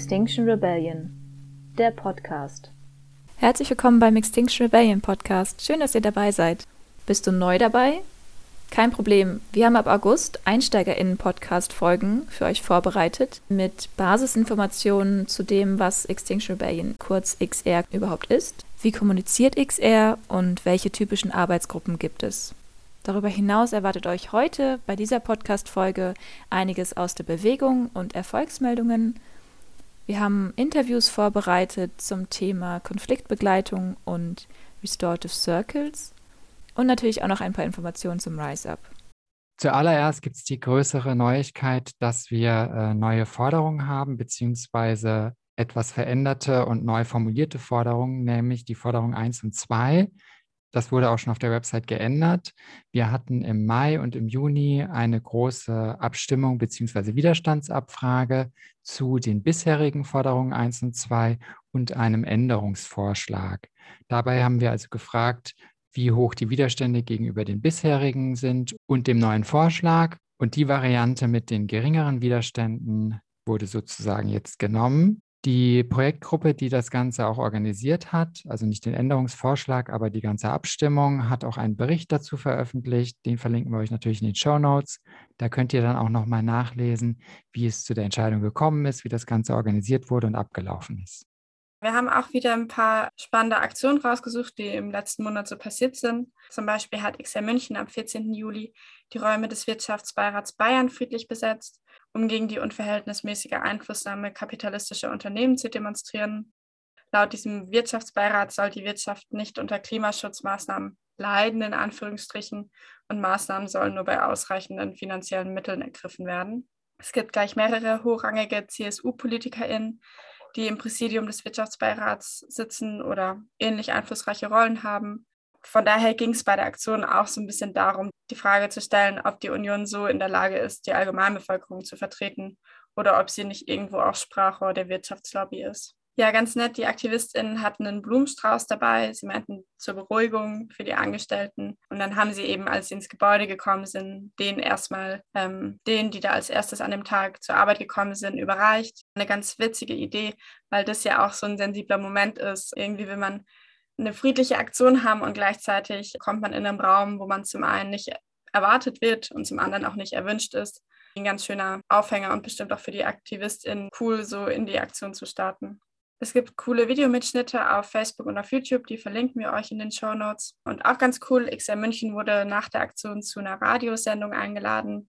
Extinction Rebellion, der Podcast. Herzlich willkommen beim Extinction Rebellion Podcast. Schön, dass ihr dabei seid. Bist du neu dabei? Kein Problem. Wir haben ab August EinsteigerInnen-Podcast-Folgen für euch vorbereitet mit Basisinformationen zu dem, was Extinction Rebellion, kurz XR, überhaupt ist. Wie kommuniziert XR und welche typischen Arbeitsgruppen gibt es? Darüber hinaus erwartet euch heute bei dieser Podcast-Folge einiges aus der Bewegung und Erfolgsmeldungen. Wir haben Interviews vorbereitet zum Thema Konfliktbegleitung und Restorative Circles und natürlich auch noch ein paar Informationen zum Rise Up. Zuallererst gibt es die größere Neuigkeit, dass wir neue Forderungen haben, beziehungsweise etwas veränderte und neu formulierte Forderungen, nämlich die Forderung 1 und 2. Das wurde auch schon auf der Website geändert. Wir hatten im Mai und im Juni eine große Abstimmung bzw. Widerstandsabfrage zu den bisherigen Forderungen 1 und 2 und einem Änderungsvorschlag. Dabei haben wir also gefragt, wie hoch die Widerstände gegenüber den bisherigen sind und dem neuen Vorschlag. Und die Variante mit den geringeren Widerständen wurde sozusagen jetzt genommen. Die Projektgruppe, die das Ganze auch organisiert hat, also nicht den Änderungsvorschlag, aber die ganze Abstimmung, hat auch einen Bericht dazu veröffentlicht. Den verlinken wir euch natürlich in den Shownotes. Da könnt ihr dann auch nochmal nachlesen, wie es zu der Entscheidung gekommen ist, wie das Ganze organisiert wurde und abgelaufen ist. Wir haben auch wieder ein paar spannende Aktionen rausgesucht, die im letzten Monat so passiert sind. Zum Beispiel hat XR München am 14. Juli die Räume des Wirtschaftsbeirats Bayern friedlich besetzt, um gegen die unverhältnismäßige Einflussnahme kapitalistischer Unternehmen zu demonstrieren. Laut diesem Wirtschaftsbeirat soll die Wirtschaft nicht unter Klimaschutzmaßnahmen leiden, in Anführungsstrichen, und Maßnahmen sollen nur bei ausreichenden finanziellen Mitteln ergriffen werden. Es gibt gleich mehrere hochrangige CSU-PolitikerInnen, die im Präsidium des Wirtschaftsbeirats sitzen oder ähnlich einflussreiche Rollen haben. Von daher ging es bei der Aktion auch so ein bisschen darum, die Frage zu stellen, ob die Union so in der Lage ist, die Allgemeinbevölkerung zu vertreten oder ob sie nicht irgendwo auch Sprachrohr der Wirtschaftslobby ist. Ja, ganz nett, die AktivistInnen hatten einen Blumenstrauß dabei. Sie meinten zur Beruhigung für die Angestellten. Und dann haben sie eben, als sie ins Gebäude gekommen sind, denen, die da als erstes an dem Tag zur Arbeit gekommen sind, überreicht. Eine ganz witzige Idee, weil das ja auch so ein sensibler Moment ist. Irgendwie will man eine friedliche Aktion haben und gleichzeitig kommt man in einen Raum, wo man zum einen nicht erwartet wird und zum anderen auch nicht erwünscht ist. Ein ganz schöner Aufhänger und bestimmt auch für die AktivistInnen cool, so in die Aktion zu starten. Es gibt coole Videomitschnitte auf Facebook und auf YouTube, die verlinken wir euch in den Shownotes. Und auch ganz cool, XR München wurde nach der Aktion zu einer Radiosendung eingeladen.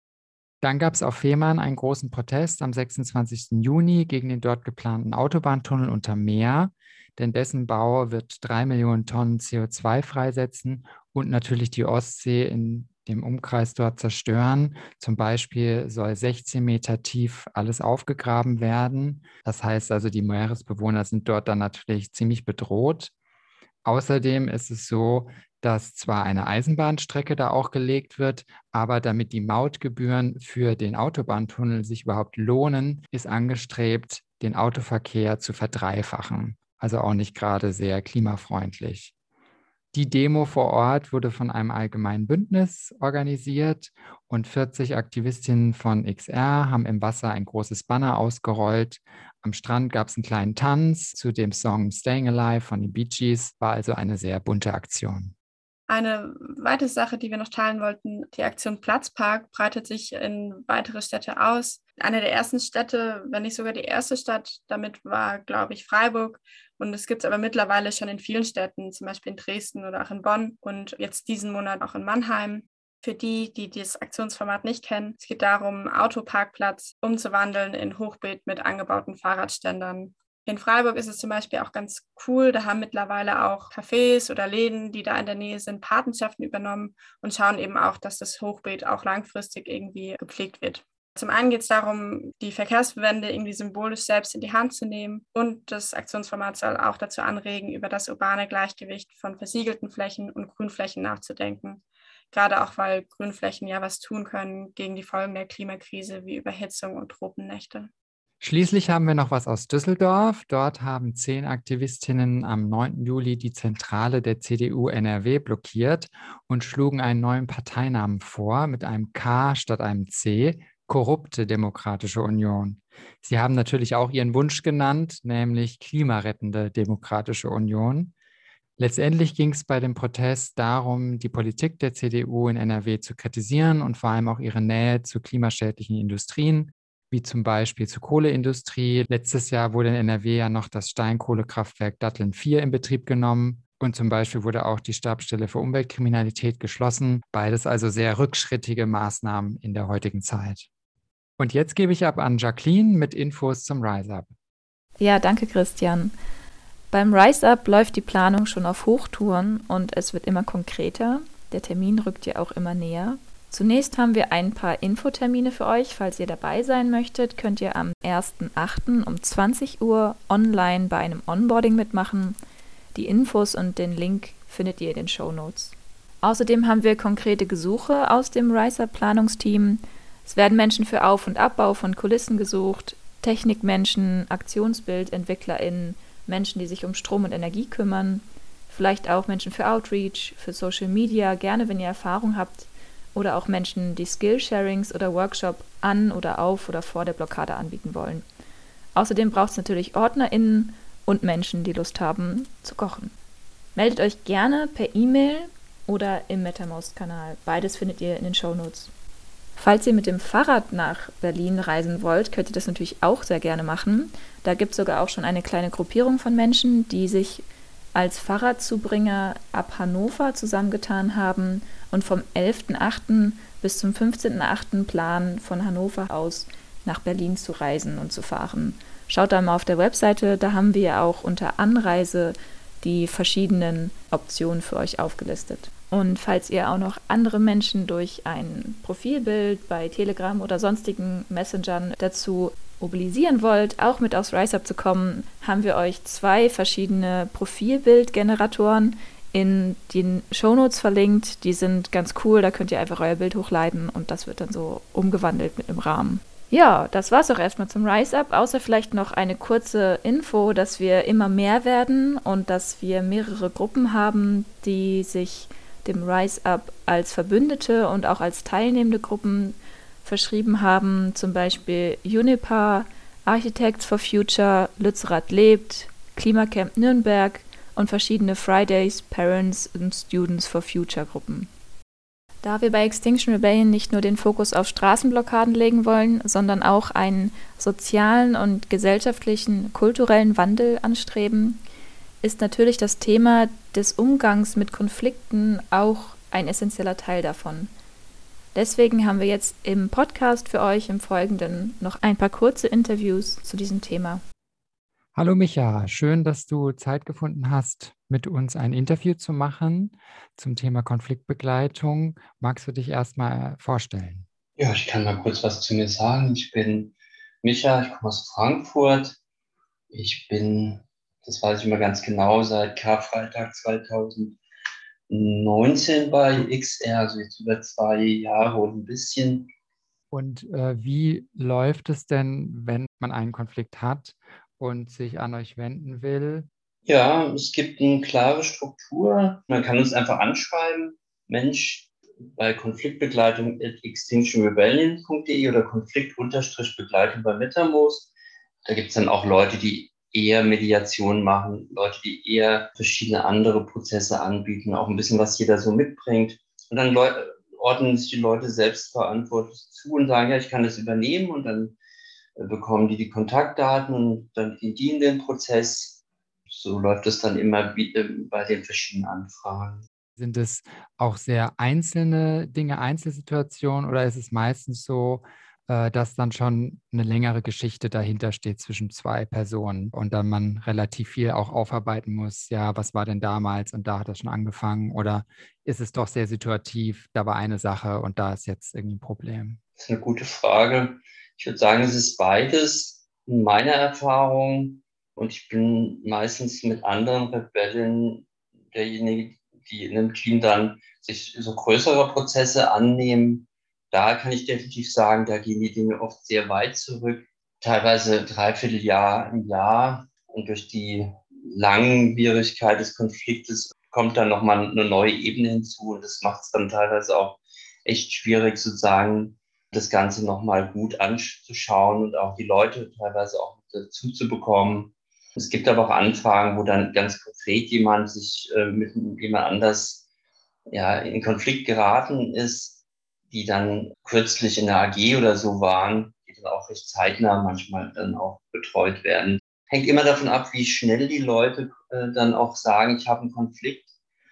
Dann gab es auf Fehmarn einen großen Protest am 26. Juni gegen den dort geplanten Autobahntunnel unter Meer, denn dessen Bau wird 3 Millionen Tonnen CO2 freisetzen und natürlich die Ostsee in dem Umkreis dort zerstören. Zum Beispiel soll 16 Meter tief alles aufgegraben werden. Das heißt also, die Meeresbewohner sind dort dann natürlich ziemlich bedroht. Außerdem ist es so, dass zwar eine Eisenbahnstrecke da auch gelegt wird, aber damit die Mautgebühren für den Autobahntunnel sich überhaupt lohnen, ist angestrebt, den Autoverkehr zu verdreifachen. Also auch nicht gerade sehr klimafreundlich. Die Demo vor Ort wurde von einem allgemeinen Bündnis organisiert und 40 Aktivistinnen von XR haben im Wasser ein großes Banner ausgerollt. Am Strand gab es einen kleinen Tanz zu dem Song Staying Alive von den Bee Gees, war also eine sehr bunte Aktion. Eine weitere Sache, die wir noch teilen wollten, die Aktion Platzpark breitet sich in weitere Städte aus. Eine der ersten Städte, wenn nicht sogar die erste Stadt, damit war, glaube ich, Freiburg. Und es gibt es aber mittlerweile schon in vielen Städten, zum Beispiel in Dresden oder auch in Bonn und jetzt diesen Monat auch in Mannheim. Für die, die das Aktionsformat nicht kennen, es geht darum, Autoparkplatz umzuwandeln in Hochbeet mit angebauten Fahrradständern. In Freiburg ist es zum Beispiel auch ganz cool, da haben mittlerweile auch Cafés oder Läden, die da in der Nähe sind, Patenschaften übernommen und schauen eben auch, dass das Hochbeet auch langfristig irgendwie gepflegt wird. Zum einen geht es darum, die Verkehrswende irgendwie symbolisch selbst in die Hand zu nehmen und das Aktionsformat soll auch dazu anregen, über das urbane Gleichgewicht von versiegelten Flächen und Grünflächen nachzudenken. Gerade auch, weil Grünflächen ja was tun können gegen die Folgen der Klimakrise wie Überhitzung und Tropennächte. Schließlich haben wir noch was aus Düsseldorf. Dort haben 10 Aktivistinnen am 9. Juli die Zentrale der CDU NRW blockiert und schlugen einen neuen Parteinamen vor mit einem K statt einem C. korrupte Demokratische Union. Sie haben natürlich auch ihren Wunsch genannt, nämlich klimarettende Demokratische Union. Letztendlich ging es bei dem Protest darum, die Politik der CDU in NRW zu kritisieren und vor allem auch ihre Nähe zu klimaschädlichen Industrien, wie zum Beispiel zur Kohleindustrie. Letztes Jahr wurde in NRW ja noch das Steinkohlekraftwerk Datteln 4 in Betrieb genommen und zum Beispiel wurde auch die Stabsstelle für Umweltkriminalität geschlossen. Beides also sehr rückschrittige Maßnahmen in der heutigen Zeit. Und jetzt gebe ich ab an Jacqueline mit Infos zum Rise Up. Ja, danke Christian. Beim Rise Up läuft die Planung schon auf Hochtouren und es wird immer konkreter. Der Termin rückt ja auch immer näher. Zunächst haben wir ein paar Infotermine für euch. Falls ihr dabei sein möchtet, könnt ihr am 1.8. um 20 Uhr online bei einem Onboarding mitmachen. Die Infos und den Link findet ihr in den Shownotes. Außerdem haben wir konkrete Gesuche aus dem Rise Up Planungsteam. Es werden Menschen für Auf- und Abbau von Kulissen gesucht, Technikmenschen, Aktionsbildentwicklerinnen, Menschen, die sich um Strom und Energie kümmern, vielleicht auch Menschen für Outreach, für Social Media, gerne wenn ihr Erfahrung habt, oder auch Menschen, die Skillsharings oder Workshop an oder auf oder vor der Blockade anbieten wollen. Außerdem braucht es natürlich OrdnerInnen und Menschen, die Lust haben zu kochen. Meldet euch gerne per E-Mail oder im MetaMost-Kanal. Beides findet ihr in den Shownotes. Falls ihr mit dem Fahrrad nach Berlin reisen wollt, könnt ihr das natürlich auch sehr gerne machen. Da gibt es sogar auch schon eine kleine Gruppierung von Menschen, die sich als Fahrradzubringer ab Hannover zusammengetan haben und vom 11.8. bis zum 15.8. planen, von Hannover aus nach Berlin zu reisen und zu fahren. Schaut da mal auf der Webseite, da haben wir auch unter Anreise die verschiedenen Optionen für euch aufgelistet. Und falls ihr auch noch andere Menschen durch ein Profilbild bei Telegram oder sonstigen Messengern dazu mobilisieren wollt, auch mit aufs Rise Up zu kommen, haben wir euch 2 verschiedene Profilbildgeneratoren in den Shownotes verlinkt. Die sind ganz cool, da könnt ihr einfach euer Bild hochladen und das wird dann so umgewandelt mit einem Rahmen. Ja, das war's auch erstmal zum Rise Up, außer vielleicht noch eine kurze Info, dass wir immer mehr werden und dass wir mehrere Gruppen haben, die sich dem Rise Up als Verbündete und auch als teilnehmende Gruppen verschrieben haben, zum Beispiel Unipa, Architects for Future, Lützerath lebt, Klimacamp Nürnberg und verschiedene Fridays, Parents und Students for Future Gruppen. Da wir bei Extinction Rebellion nicht nur den Fokus auf Straßenblockaden legen wollen, sondern auch einen sozialen und gesellschaftlichen, kulturellen Wandel anstreben, ist natürlich das Thema des Umgangs mit Konflikten auch ein essentieller Teil davon. Deswegen haben wir jetzt im Podcast für euch im Folgenden noch ein paar kurze Interviews zu diesem Thema. Hallo Micha, schön, dass du Zeit gefunden hast, mit uns ein Interview zu machen zum Thema Konfliktbegleitung. Magst du dich erstmal vorstellen? Ja, ich kann mal kurz was zu mir sagen. Ich bin Micha, ich komme aus Frankfurt. Ich bin, das weiß ich immer ganz genau, seit Karfreitag 2019 bei XR, also jetzt über 2 Jahre und ein bisschen. Und wie läuft es denn, wenn man einen Konflikt hat und sich an euch wenden will? Ja, es gibt eine klare Struktur. Man kann uns einfach anschreiben, Mensch, bei konfliktbegleitung@extinctionrebellion.de oder Konflikt-Begleitung bei MetaMost. Da gibt es dann auch Leute, die eher Mediation machen, Leute, die eher verschiedene andere Prozesse anbieten, auch ein bisschen, was jeder so mitbringt. Und dann ordnen sich die Leute selbst verantwortlich zu und sagen, ja, ich kann das übernehmen und dann bekommen die Kontaktdaten und dann gehen die in den Prozess. So läuft es dann immer wieder bei den verschiedenen Anfragen. Sind es auch sehr einzelne Dinge, Einzelsituationen oder ist es meistens so, dass dann schon eine längere Geschichte dahinter steht zwischen 2 Personen und dann man relativ viel auch aufarbeiten muss, ja, was war denn damals und da hat das schon angefangen oder ist es doch sehr situativ, da war eine Sache und da ist jetzt irgendwie ein Problem? Das ist eine gute Frage. Ich würde sagen, es ist beides in meiner Erfahrung und ich bin meistens mit anderen Rebellen derjenige, die in einem Team dann sich so größere Prozesse annehmen. Da kann ich definitiv sagen, da gehen die Dinge oft sehr weit zurück, teilweise 3/4 Jahr, ein Jahr. Und durch die Langwierigkeit des Konfliktes kommt dann nochmal eine neue Ebene hinzu. Und das macht es dann teilweise auch echt schwierig, sozusagen das Ganze nochmal gut anzuschauen und auch die Leute teilweise auch dazu zu bekommen. Es gibt aber auch Anfragen, wo dann ganz konkret jemand sich mit jemand anders in Konflikt geraten ist, die dann kürzlich in der AG oder so waren, die dann auch recht zeitnah manchmal dann auch betreut werden. Hängt immer davon ab, wie schnell die Leute dann auch sagen, ich habe einen Konflikt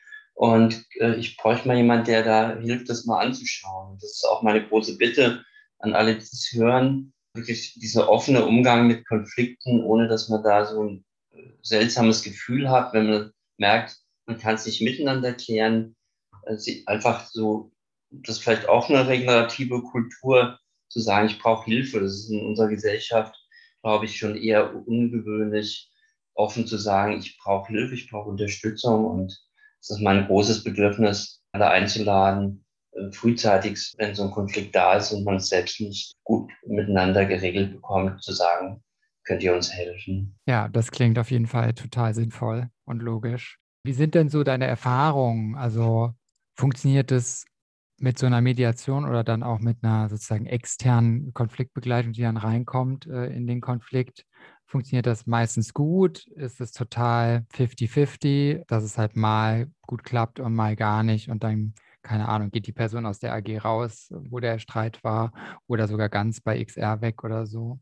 und ich bräuchte mal jemanden, der da hilft, das mal anzuschauen. Das ist auch meine große Bitte an alle, die es hören, wirklich dieser offene Umgang mit Konflikten, ohne dass man da so ein seltsames Gefühl hat, wenn man merkt, man kann es nicht miteinander klären, einfach so, das ist vielleicht auch eine regenerative Kultur, zu sagen, ich brauche Hilfe. Das ist in unserer Gesellschaft, glaube ich, schon eher ungewöhnlich, offen zu sagen, ich brauche Hilfe, ich brauche Unterstützung. Und es ist mein großes Bedürfnis, alle einzuladen, frühzeitig, wenn so ein Konflikt da ist und man es selbst nicht gut miteinander geregelt bekommt, zu sagen, könnt ihr uns helfen? Ja, das klingt auf jeden Fall total sinnvoll und logisch. Wie sind denn so deine Erfahrungen? Also funktioniert es mit so einer Mediation oder dann auch mit einer sozusagen externen Konfliktbegleitung, die dann reinkommt in den Konflikt? Funktioniert das meistens gut? Ist es total 50-50, dass es halt mal gut klappt und mal gar nicht und dann, keine Ahnung, geht die Person aus der AG raus, wo der Streit war oder sogar ganz bei XR weg oder so?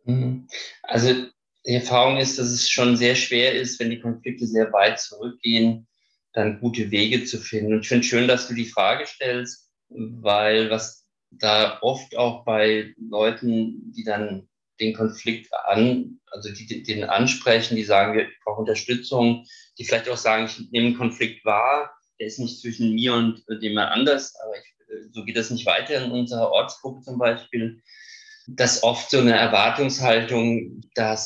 Also die Erfahrung ist, dass es schon sehr schwer ist, wenn die Konflikte sehr weit zurückgehen, dann gute Wege zu finden. Und ich finde es schön, dass du die Frage stellst, weil was da oft auch bei Leuten, die dann den Konflikt also die den ansprechen, die sagen, ich brauche Unterstützung, die vielleicht auch sagen, ich nehme einen Konflikt wahr, der ist nicht zwischen mir und jemand anders, aber so geht das nicht weiter in unserer Ortsgruppe zum Beispiel, dass oft so eine Erwartungshaltung,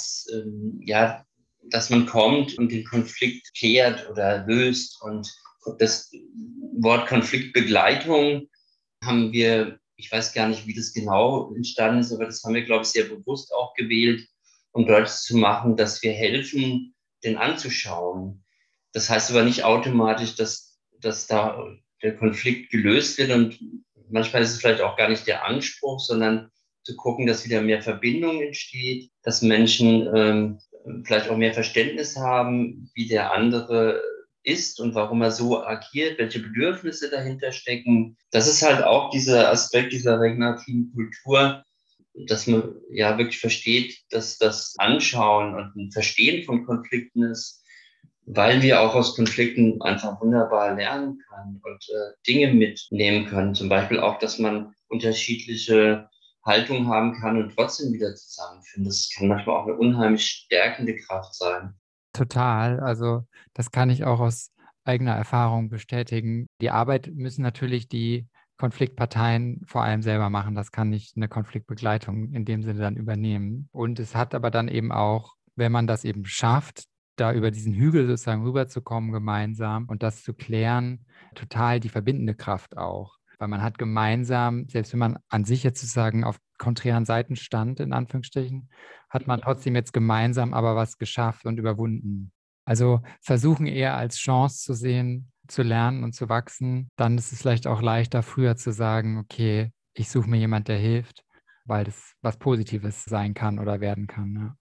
dass man kommt und den Konflikt klärt oder löst. Und das Wort Konfliktbegleitung haben wir, ich weiß gar nicht, wie das genau entstanden ist, aber das haben wir, glaube ich, sehr bewusst auch gewählt, um deutlich zu machen, dass wir helfen, den anzuschauen. Das heißt aber nicht automatisch, dass da der Konflikt gelöst wird, und manchmal ist es vielleicht auch gar nicht der Anspruch, sondern zu gucken, dass wieder mehr Verbindung entsteht, dass Menschen vielleicht auch mehr Verständnis haben, wie der andere ist und warum er so agiert, welche Bedürfnisse dahinter stecken. Das ist halt auch dieser Aspekt dieser regenerativen Kultur, dass man ja wirklich versteht, dass das Anschauen und ein Verstehen von Konflikten ist, weil wir auch aus Konflikten einfach wunderbar lernen können und Dinge mitnehmen können. Zum Beispiel auch, dass man unterschiedliche Haltung haben kann und trotzdem wieder zusammenfinden. Das kann manchmal auch eine unheimlich stärkende Kraft sein. Total. Also das kann ich auch aus eigener Erfahrung bestätigen. Die Arbeit müssen natürlich die Konfliktparteien vor allem selber machen. Das kann nicht eine Konfliktbegleitung in dem Sinne dann übernehmen. Und es hat aber dann eben auch, wenn man das eben schafft, da über diesen Hügel sozusagen rüberzukommen gemeinsam und das zu klären, total die verbindende Kraft auch. Weil man hat gemeinsam, selbst wenn man an sich jetzt sozusagen auf konträren Seiten stand, in Anführungsstrichen, hat man trotzdem jetzt gemeinsam aber was geschafft und überwunden. Also versuchen eher als Chance zu sehen, zu lernen und zu wachsen. Dann ist es vielleicht auch leichter, früher zu sagen, okay, ich suche mir jemand, der hilft, weil das was Positives sein kann oder werden kann. Ja.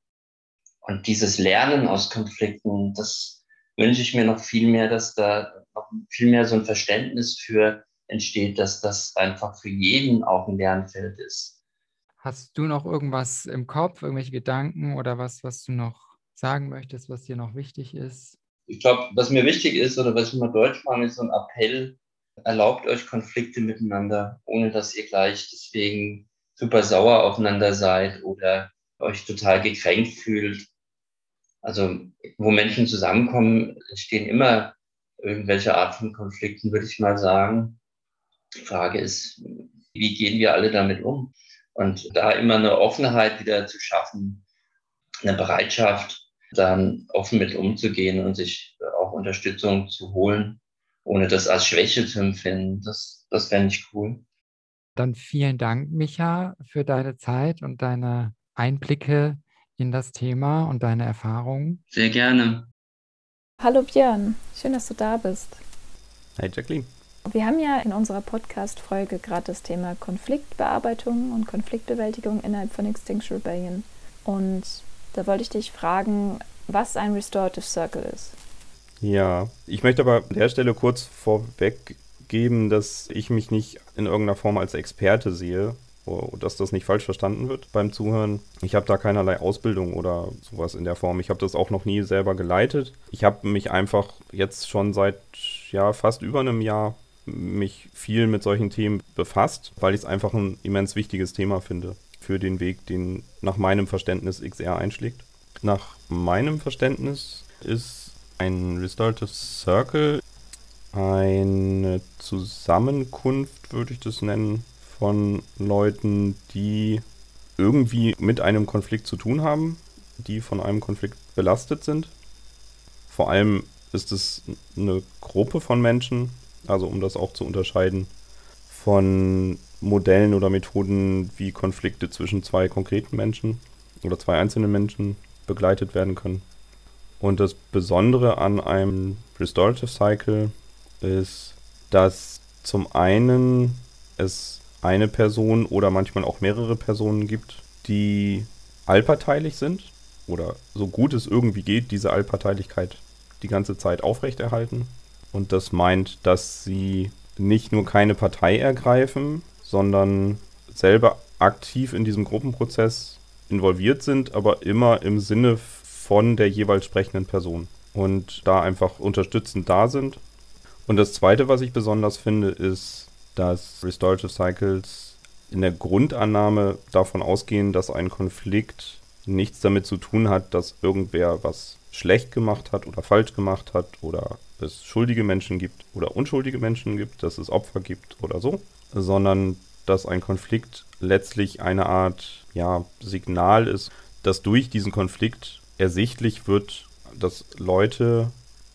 Und dieses Lernen aus Konflikten, das wünsche ich mir noch viel mehr, dass da noch viel mehr so ein Verständnis für entsteht, dass das einfach für jeden auch ein Lernfeld ist. Hast du noch irgendwas im Kopf, irgendwelche Gedanken oder was du noch sagen möchtest, was dir noch wichtig ist? Ich glaube, was mir wichtig ist oder was ich mal deutsch mache, ist so ein Appell: Erlaubt euch Konflikte miteinander, ohne dass ihr gleich deswegen super sauer aufeinander seid oder euch total gekränkt fühlt. Also wo Menschen zusammenkommen, entstehen immer irgendwelche Art von Konflikten, würde ich mal sagen. Die Frage ist, wie gehen wir alle damit um? Und da immer eine Offenheit wieder zu schaffen, eine Bereitschaft, dann offen mit umzugehen und sich auch Unterstützung zu holen, ohne das als Schwäche zu empfinden, das fände ich cool. Dann vielen Dank, Micha, für deine Zeit und deine Einblicke in das Thema und deine Erfahrungen. Sehr gerne. Hallo Björn, schön, dass du da bist. Hi Jacqueline. Wir haben ja in unserer Podcast-Folge gerade das Thema Konfliktbearbeitung und Konfliktbewältigung innerhalb von Extinction Rebellion. Und da wollte ich dich fragen, was ein Restorative Circle ist. Ja, ich möchte aber an der Stelle kurz vorweggeben, dass ich mich nicht in irgendeiner Form als Experte sehe, dass das nicht falsch verstanden wird beim Zuhören. Ich habe da keinerlei Ausbildung oder sowas in der Form. Ich habe das auch noch nie selber geleitet. Ich habe mich einfach jetzt schon seit fast über einem Jahr mich viel mit solchen Themen befasst, weil ich es einfach ein immens wichtiges Thema finde für den Weg, den nach meinem Verständnis XR einschlägt. Nach meinem Verständnis ist ein Restorative Circle eine Zusammenkunft, würde ich das nennen, von Leuten, die irgendwie mit einem Konflikt zu tun haben, die von einem Konflikt belastet sind. Vor allem ist es eine Gruppe von Menschen, also um das auch zu unterscheiden, von Modellen oder Methoden, wie Konflikte zwischen zwei konkreten Menschen oder zwei einzelnen Menschen begleitet werden können. Und das Besondere an einem Restorative Cycle ist, dass zum einen es eine Person oder manchmal auch mehrere Personen gibt, die allparteilich sind oder so gut es irgendwie geht, diese Allparteilichkeit die ganze Zeit aufrechterhalten. Und das meint, dass sie nicht nur keine Partei ergreifen, sondern selber aktiv in diesem Gruppenprozess involviert sind, aber immer im Sinne von der jeweils sprechenden Person und da einfach unterstützend da sind. Und das Zweite, was ich besonders finde, ist, dass Restorative Cycles in der Grundannahme davon ausgehen, dass ein Konflikt nichts damit zu tun hat, dass irgendwer was schlecht gemacht hat oder falsch gemacht hat oder es schuldige Menschen gibt oder unschuldige Menschen gibt, dass es Opfer gibt oder so, sondern dass ein Konflikt letztlich eine Art Signal ist, dass durch diesen Konflikt ersichtlich wird, dass Leute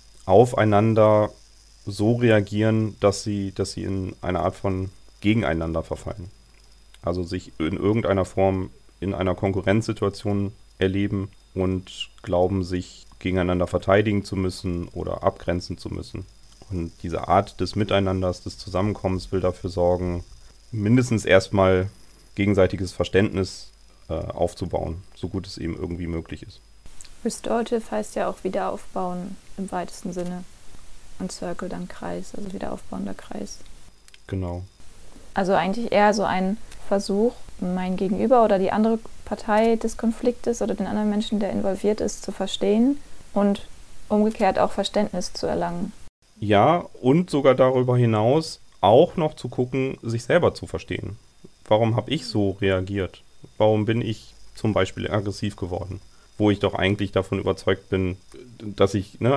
aufeinander so reagieren, dass sie in eine Art von Gegeneinander verfallen. Also sich in irgendeiner Form in einer Konkurrenzsituation erleben und glauben, sich gegeneinander verteidigen zu müssen oder abgrenzen zu müssen. Und diese Art des Miteinanders, des Zusammenkommens will dafür sorgen, mindestens erstmal gegenseitiges Verständnis aufzubauen, so gut es eben irgendwie möglich ist. Restorative heißt ja auch wieder aufbauen im weitesten Sinne. Und Circle dann Kreis, also wieder aufbauender Kreis. Genau. Also eigentlich eher so ein Versuch, mein Gegenüber oder die andere Partei des Konfliktes oder den anderen Menschen, der involviert ist, zu verstehen und umgekehrt auch Verständnis zu erlangen. Ja, und sogar darüber hinaus auch noch zu gucken, sich selber zu verstehen. Warum habe ich so reagiert? Warum bin ich zum Beispiel aggressiv geworden? Wo ich doch eigentlich davon überzeugt bin, dass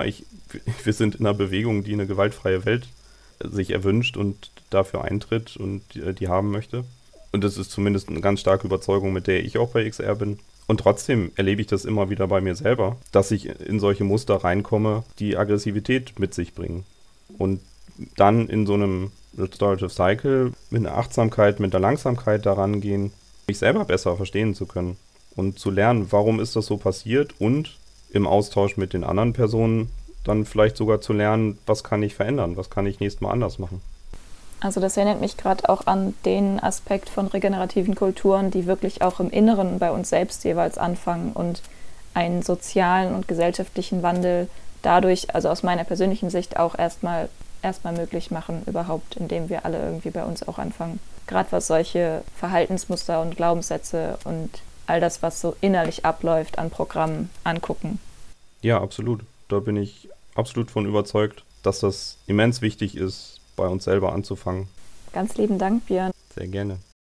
wir sind in einer Bewegung, die eine gewaltfreie Welt sich erwünscht und dafür eintritt und die haben möchte. Und das ist zumindest eine ganz starke Überzeugung, mit der ich auch bei XR bin. Und trotzdem erlebe ich das immer wieder bei mir selber, dass ich in solche Muster reinkomme, die Aggressivität mit sich bringen. Und dann in so einem Restorative Cycle mit einer Achtsamkeit, mit der Langsamkeit daran gehen, mich selber besser verstehen zu können. Und zu lernen, warum ist das so passiert und im Austausch mit den anderen Personen dann vielleicht sogar zu lernen, was kann ich verändern, was kann ich nächstes Mal anders machen. Also das erinnert mich gerade auch an den Aspekt von regenerativen Kulturen, die wirklich auch im Inneren bei uns selbst jeweils anfangen und einen sozialen und gesellschaftlichen Wandel dadurch, also aus meiner persönlichen Sicht, auch erstmal möglich machen überhaupt, indem wir alle irgendwie bei uns auch anfangen. Gerade was solche Verhaltensmuster und Glaubenssätze und all das, was so innerlich abläuft an Programmen, angucken. Ja, absolut. Da bin ich absolut von überzeugt, dass das immens wichtig ist, bei uns selber anzufangen. Ganz lieben Dank, Björn. Sehr gerne.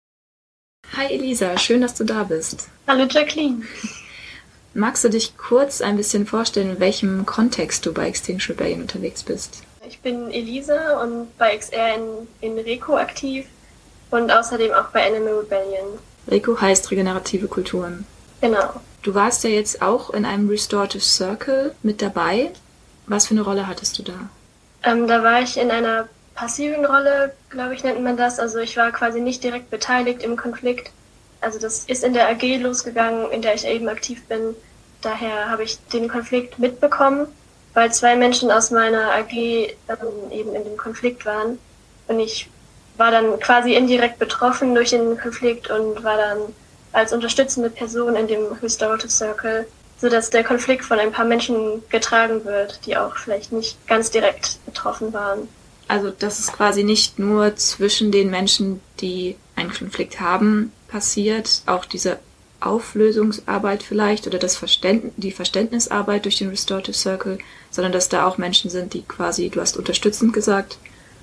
Hi Elisa, schön, dass du da bist. Hallo Jacqueline. Magst du dich kurz ein bisschen vorstellen, in welchem Kontext du bei Extinction Rebellion unterwegs bist? Ich bin Elisa und bei XR in RECO aktiv und außerdem auch bei Animal Rebellion. RECO heißt regenerative Kulturen. Genau. Du warst ja jetzt auch in einem Restorative Circle mit dabei. Was für eine Rolle hattest du da? Da war ich in einer passiven Rolle, glaube ich, nennt man das. Also ich war quasi nicht direkt beteiligt im Konflikt. Also das ist in der AG losgegangen, in der ich eben aktiv bin. Daher habe ich den Konflikt mitbekommen, weil 2 Menschen aus meiner AG eben in dem Konflikt waren. Und ich war dann quasi indirekt betroffen durch den Konflikt und war dann als unterstützende Person in dem Restorative Circle, sodass der Konflikt von ein paar Menschen getragen wird, die auch vielleicht nicht ganz direkt betroffen waren. Also das ist quasi nicht nur zwischen den Menschen, die einen Konflikt haben, passiert, auch diese Auflösungsarbeit vielleicht oder die Verständnisarbeit durch den Restorative Circle, sondern dass da auch Menschen sind, die quasi, du hast unterstützend gesagt,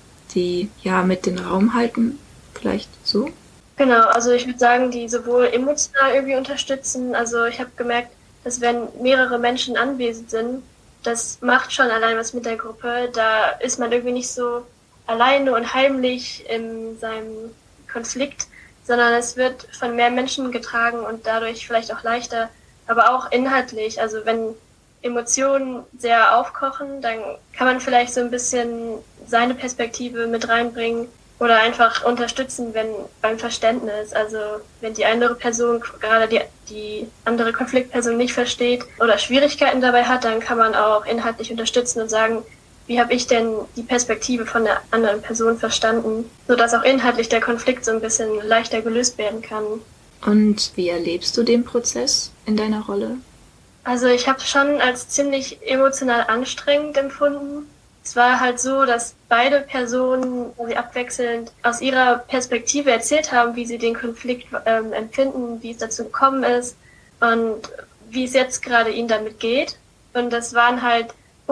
die ja mit den Raum halten, vielleicht so? Genau, also ich würde sagen, die sowohl emotional irgendwie unterstützen, also ich habe gemerkt, dass wenn mehrere Menschen anwesend sind, das macht schon allein was mit der Gruppe, da ist man irgendwie nicht so alleine und heimlich in seinem Konflikt, sondern es wird von mehr Menschen getragen und dadurch vielleicht auch leichter, aber auch inhaltlich, also wenn Emotionen sehr aufkochen, dann kann man vielleicht so ein bisschen seine Perspektive mit reinbringen oder einfach unterstützen, wenn beim Verständnis, also wenn die andere Person, gerade die andere Konfliktperson nicht versteht oder Schwierigkeiten dabei hat, dann kann man auch inhaltlich unterstützen und sagen, wie habe ich denn die Perspektive von der anderen Person verstanden, sodass auch inhaltlich der Konflikt so ein bisschen leichter gelöst werden kann. Und wie erlebst du den Prozess in deiner Rolle? Also ich habe es schon als ziemlich emotional anstrengend empfunden. Es war halt so, dass beide Personen abwechselnd aus ihrer Perspektive erzählt haben, wie sie den Konflikt empfinden, wie es dazu gekommen ist und wie es jetzt gerade ihnen damit geht. Und das waren halt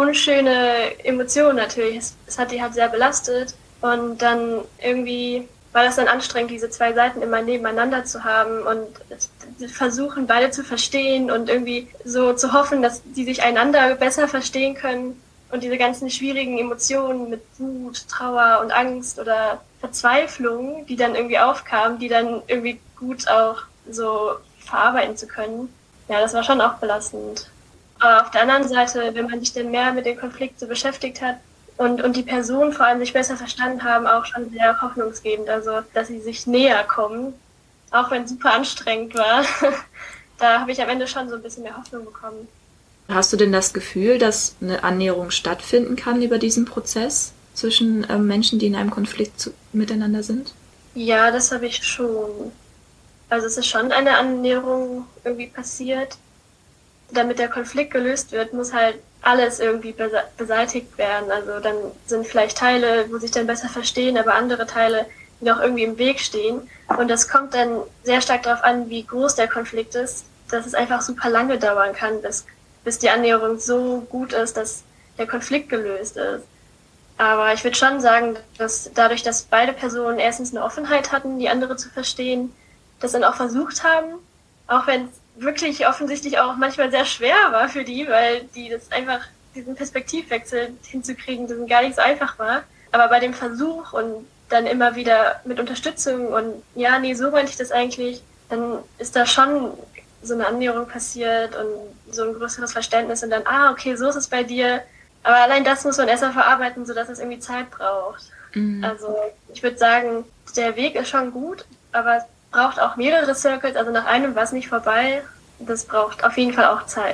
unschöne Emotionen natürlich. Es hat die halt sehr belastet. Und dann irgendwie war das dann anstrengend, diese zwei Seiten immer nebeneinander zu haben und versuchen, beide zu verstehen und irgendwie so zu hoffen, dass die sich einander besser verstehen können. Und diese ganzen schwierigen Emotionen mit Wut, Trauer und Angst oder Verzweiflung, die dann irgendwie aufkamen, die dann irgendwie gut auch so verarbeiten zu können. Ja, das war schon auch belastend. Aber auf der anderen Seite, wenn man sich dann mehr mit dem Konflikt so beschäftigt hat und die Personen vor allem sich besser verstanden haben, auch schon sehr hoffnungsgebend. Also, dass sie sich näher kommen, auch wenn es super anstrengend war. Da habe ich am Ende schon so ein bisschen mehr Hoffnung bekommen. Hast du denn das Gefühl, dass eine Annäherung stattfinden kann über diesen Prozess zwischen Menschen, die in einem Konflikt miteinander sind? Ja, das habe ich schon. Also es ist schon eine Annäherung irgendwie passiert. Damit der Konflikt gelöst wird, muss halt alles irgendwie beseitigt werden. Also dann sind vielleicht Teile, wo sich dann besser verstehen, aber andere Teile, die noch irgendwie im Weg stehen. Und das kommt dann sehr stark darauf an, wie groß der Konflikt ist, dass es einfach super lange dauern kann, bis die Annäherung so gut ist, dass der Konflikt gelöst ist. Aber ich würde schon sagen, dass dadurch, dass beide Personen erstens eine Offenheit hatten, die andere zu verstehen, das dann auch versucht haben, auch wenn es wirklich offensichtlich auch manchmal sehr schwer war für die, weil die das einfach, diesen Perspektivwechsel hinzukriegen, das gar nicht so einfach war. Aber bei dem Versuch und dann immer wieder mit Unterstützung und ja, nee, so meinte ich das eigentlich, dann ist da schon so eine Annäherung passiert und so ein größeres Verständnis und dann, okay, so ist es bei dir. Aber allein das muss man erstmal verarbeiten, sodass es irgendwie Zeit braucht. Mhm. Also ich würde sagen, der Weg ist schon gut, aber es braucht auch mehrere Circles, also nach einem war es nicht vorbei. Das braucht auf jeden Fall auch Zeit.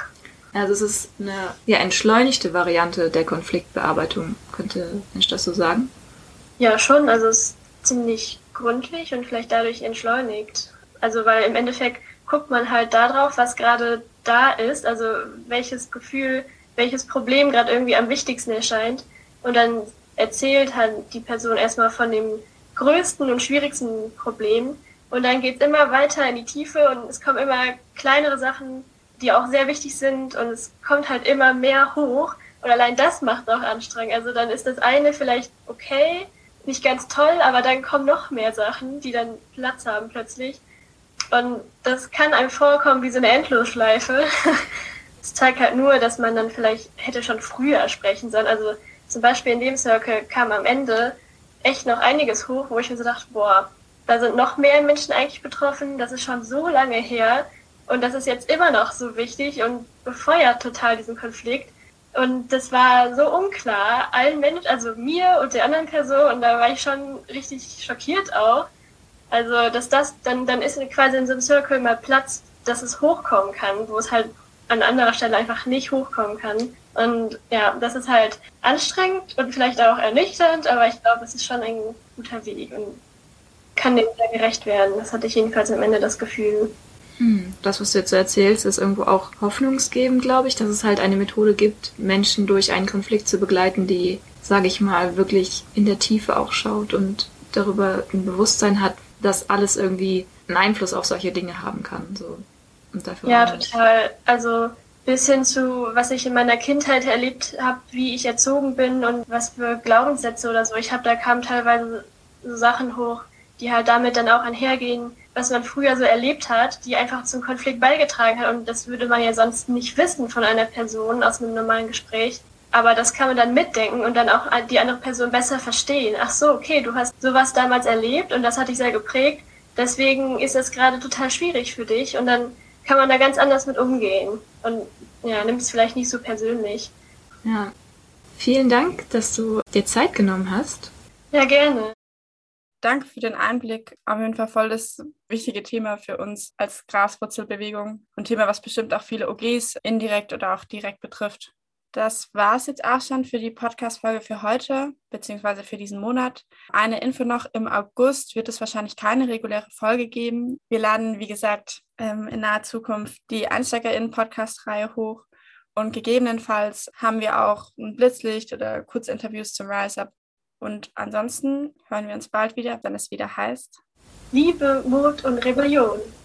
Also es ist eine entschleunigte Variante der Konfliktbearbeitung, könnte Mensch das so sagen? Ja, schon. Also es ist ziemlich gründlich und vielleicht dadurch entschleunigt. Also weil im Endeffekt guckt man halt darauf, was gerade da ist, also welches Gefühl, welches Problem gerade irgendwie am wichtigsten erscheint. Und dann erzählt halt die Person erstmal von dem größten und schwierigsten Problem. Und dann geht es immer weiter in die Tiefe und es kommen immer kleinere Sachen, die auch sehr wichtig sind und es kommt halt immer mehr hoch. Und allein das macht auch anstrengend. Also dann ist das eine vielleicht okay, nicht ganz toll, aber dann kommen noch mehr Sachen, die dann Platz haben plötzlich. Und das kann einem vorkommen wie so eine Endlosschleife. Es zeigt halt nur, dass man dann vielleicht hätte schon früher sprechen sollen. Also zum Beispiel in dem Circle kam am Ende echt noch einiges hoch, wo ich mir so dachte, da sind noch mehr Menschen eigentlich betroffen, das ist schon so lange her und das ist jetzt immer noch so wichtig und befeuert total diesen Konflikt. Und das war so unklar, allen Menschen, also mir und der anderen Person, und da war ich schon richtig schockiert auch. Also, dass das, dann ist quasi in so einem Circle mal Platz, dass es hochkommen kann, wo es halt an anderer Stelle einfach nicht hochkommen kann. Und ja, das ist halt anstrengend und vielleicht auch ernüchternd, aber ich glaube, es ist schon ein guter Weg und kann dem sehr gerecht werden. Das hatte ich jedenfalls am Ende das Gefühl. Das, was du jetzt so erzählst, ist irgendwo auch hoffnungsgebend, glaube ich, dass es halt eine Methode gibt, Menschen durch einen Konflikt zu begleiten, die, sage ich mal, wirklich in der Tiefe auch schaut und darüber ein Bewusstsein hat, dass alles irgendwie einen Einfluss auf solche Dinge haben kann. So. Und dafür ja, total. Also bis hin zu, was ich in meiner Kindheit erlebt habe, wie ich erzogen bin und was für Glaubenssätze oder so. Da kamen teilweise so Sachen hoch, die halt damit dann auch einhergehen, was man früher so erlebt hat, die einfach zum Konflikt beigetragen hat. Und das würde man ja sonst nicht wissen von einer Person aus einem normalen Gespräch. Aber das kann man dann mitdenken und dann auch die andere Person besser verstehen. Ach so, okay, du hast sowas damals erlebt und das hat dich sehr geprägt. Deswegen ist es gerade total schwierig für dich. Und dann kann man da ganz anders mit umgehen. Und ja, nimmt es vielleicht nicht so persönlich. Ja. Vielen Dank, dass du dir Zeit genommen hast. Ja, gerne. Danke für den Einblick. Auf jeden Fall voll das wichtige Thema für uns als Graswurzelbewegung und Thema, was bestimmt auch viele OGs indirekt oder auch direkt betrifft. Das war es jetzt auch schon für die Podcast-Folge für heute, beziehungsweise für diesen Monat. Eine Info noch, im August wird es wahrscheinlich keine reguläre Folge geben. Wir laden, wie gesagt, in naher Zukunft die EinsteigerInnen-Podcast-Reihe hoch und gegebenenfalls haben wir auch ein Blitzlicht oder Kurzinterviews zum Rise-Up. Und ansonsten hören wir uns bald wieder, wenn es wieder heißt Liebe, Mut und Rebellion.